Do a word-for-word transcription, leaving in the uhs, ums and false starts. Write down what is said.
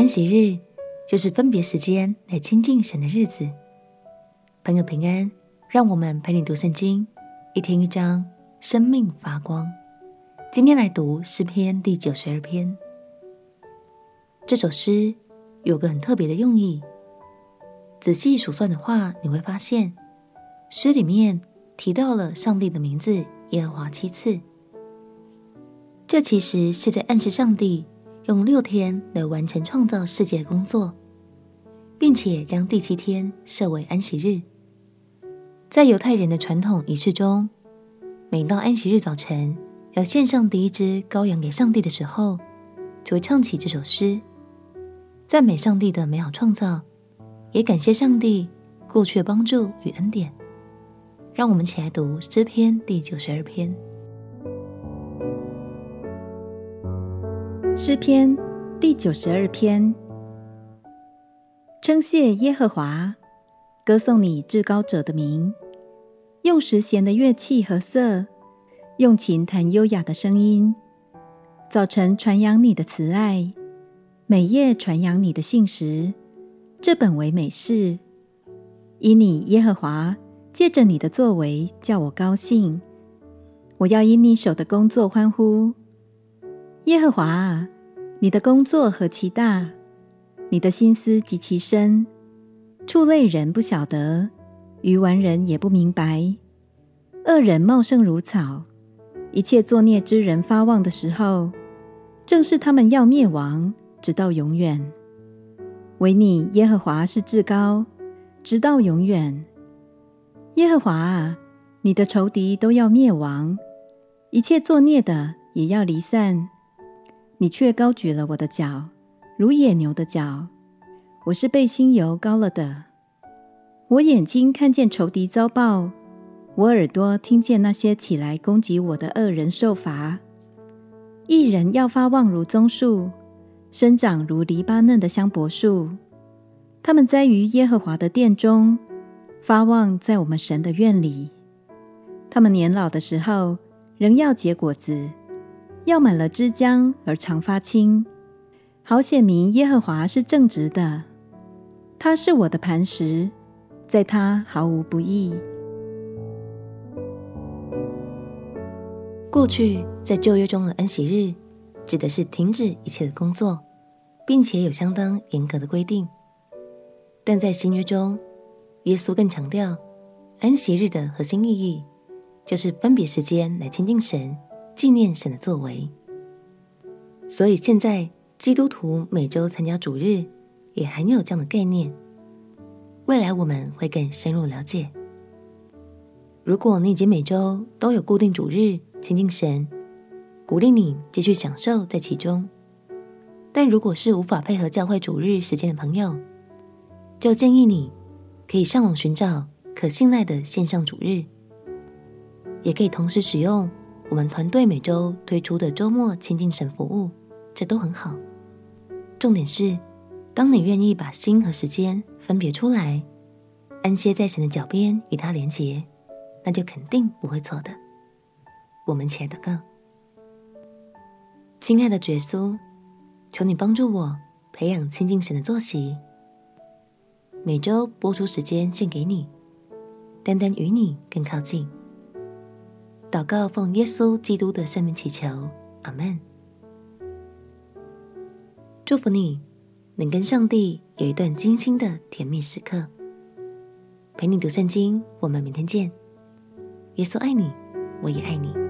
息日就是分别时间来亲近神的日子。朋友平安，让我们陪你读圣经，一天一章，生命发光。今天来读诗篇第九十二篇。这首诗有个很特别的用意，仔细数算的话，你会发现诗里面提到了上帝的名字耶和华七次。这其实是在暗示上帝用六天来完成创造世界的工作，并且将第七天设为安息日。在犹太人的传统仪式中，每到安息日早晨要献上第一只羔羊给上帝的时候，就会唱起这首诗，赞美上帝的美好创造，也感谢上帝过去的帮助与恩典。让我们一起来读诗篇第九十二篇。 诗篇第九十二篇。称谢耶和华，歌颂你至高者的名，用十弦的乐器和瑟，用琴弹优雅的声音。早晨传扬你的慈爱，每夜传扬你的信实，这本为美事。以你耶和华借着你的作为叫我高兴，我要因你手的工作欢呼。耶和华啊，你的工作何其大，你的心思极其深，畜类人不晓得，愚顽人也不明白。恶人茂盛如草，一切作孽之人发旺的时候，正是他们要灭亡，直到永远。唯你耶和华是至高，直到永远。耶和华啊，你的仇敌都要灭亡，一切作孽的也要离散。你却高举了我的脚，如野牛的脚，我是被新油膏了的。我眼睛看见仇敌遭报，我耳朵听见那些起来攻击我的恶人受罚。义人要发旺如棕树，生长如黎巴嫩的香柏树。他们栽于耶和华的殿中，发旺在我们神的院里。他们年老的时候，仍要结果子，要满了枝浆而常发青，好显明耶和华是正直的。他是我的磐石，在他毫无不义。 过去在旧约中的安息日，指的是停止一切的工作，并且有相当严格的规定。但在新约中，耶稣更强调安息日的核心意义，就是分别时间来亲近神，纪念神的作为。所以现在基督徒每周参加主日，也含有这样的概念。未来我们会更深入了解。如果你已经每周都有固定主日亲近神，鼓励你继续享受在其中。但如果是无法配合教会主日时间的朋友，就建议你可以上网寻找可信赖的线上主日，也可以同时使用我们团队每周推出的周末亲近神服务，这都很好。重点是，当你愿意把心和时间分别出来，安歇在神的脚边与他连结，那就肯定不会错的。我们且祷告。亲爱的主耶稣，求你帮助我培养亲近神的作息，每周播出时间献给你，单单与你更靠近。祷告奉耶稣基督的圣名祈求，阿们。祝福你能跟上帝有一段精心的甜蜜时刻。陪你读圣经，我们明天见。耶稣爱你，我也爱你。